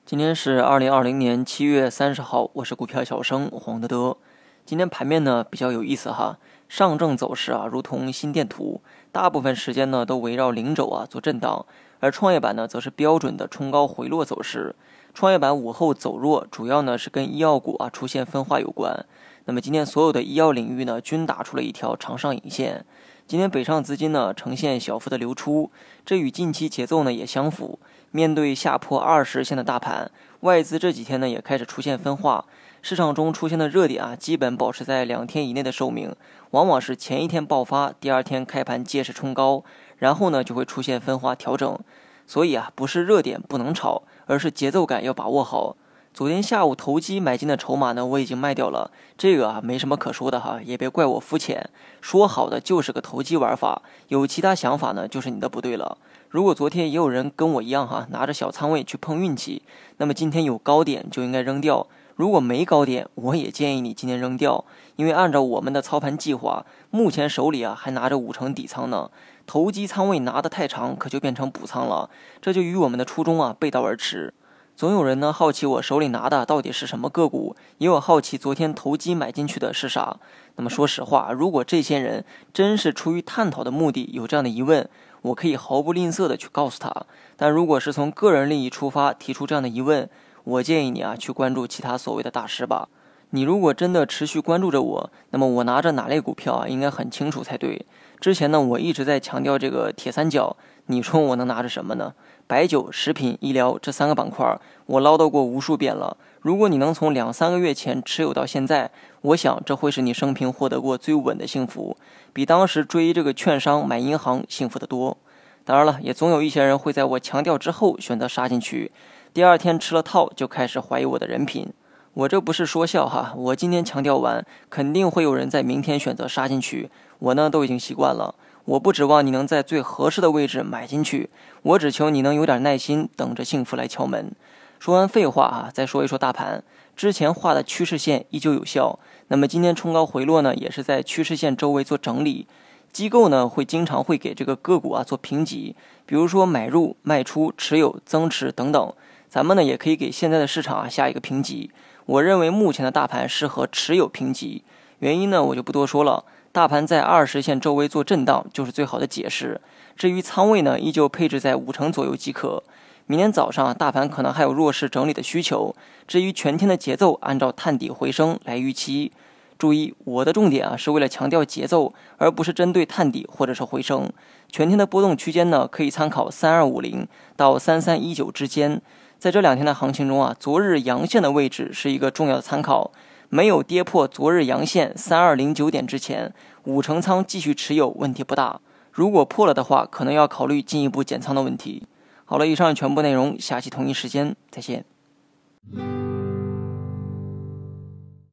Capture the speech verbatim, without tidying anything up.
今天是二零二零年七月三十号，我是股票小生黄德德。今天盘面呢比较有意思哈，上证走势啊如同心电图，大部分时间呢都围绕零轴啊做震荡，而创业板呢则是标准的冲高回落走势。创业板午后走弱，主要呢是跟医药股啊出现分化有关。那么今天所有的医药领域呢均打出了一条长上影线。今天北上资金呢呈现小幅的流出，这与近期节奏呢也相符。面对下破二十线的大盘，外资这几天呢也开始出现分化，市场中出现的热点啊基本保持在两天以内的寿命，往往是前一天爆发，第二天开盘借势冲高，然后呢就会出现分化调整。所以啊不是热点不能炒，而是节奏感要把握好。昨天下午投机买进的筹码呢我已经卖掉了，这个啊没什么可说的哈，也别怪我肤浅，说好的就是个投机玩法，有其他想法呢就是你的不对了。如果昨天也有人跟我一样哈，拿着小仓位去碰运气，那么今天有高点就应该扔掉，如果没高点，我也建议你今天扔掉，因为按照我们的操盘计划，目前手里啊还拿着五成底仓呢，投机仓位拿得太长可就变成补仓了，这就与我们的初衷啊背道而驰。总有人呢好奇我手里拿的到底是什么个股，也有好奇昨天投机买进去的是啥。那么说实话，如果这些人真是出于探讨的目的有这样的疑问，我可以毫不吝啬的去告诉他，但如果是从个人利益出发提出这样的疑问，我建议你啊去关注其他所谓的大师吧。你如果真的持续关注着我，那么我拿着哪类股票啊应该很清楚才对。之前呢我一直在强调这个铁三角，你说我能拿着什么呢？白酒、食品、医疗这三个板块我唠叨过无数遍了，如果你能从两三个月前持有到现在，我想这会是你生平获得过最稳的幸福，比当时追这个券商买银行幸福得多。当然了，也总有一些人会在我强调之后选择杀进去，第二天吃了套就开始怀疑我的人品。我这不是说笑哈，我今天强调完，肯定会有人在明天选择杀进去，我呢都已经习惯了。我不指望你能在最合适的位置买进去，我只求你能有点耐心，等着幸福来敲门。说完废话啊，再说一说大盘，之前画的趋势线依旧有效，那么今天冲高回落呢，也是在趋势线周围做整理。机构呢会经常会给这个个股啊做评级，比如说买入、卖出、持有、增持等等。咱们呢也可以给现在的市场啊下一个评级。我认为目前的大盘适合持有评级，原因呢我就不多说了。大盘在二十线周围做震荡就是最好的解释。至于仓位呢，依旧配置在五成左右即可。明天早上大盘可能还有弱势整理的需求。至于全天的节奏，按照探底回升来预期。注意，我的重点啊是为了强调节奏，而不是针对探底或者是回升。全天的波动区间呢，可以参考三二五零到三三一九之间。在这两天的行情中啊，昨日阳线的位置是一个重要的参考。没有跌破昨日阳线三二零九点之前，五成仓继续持有问题不大。如果破了的话，可能要考虑进一步减仓的问题。好了，以上全部内容，下期同一时间再见。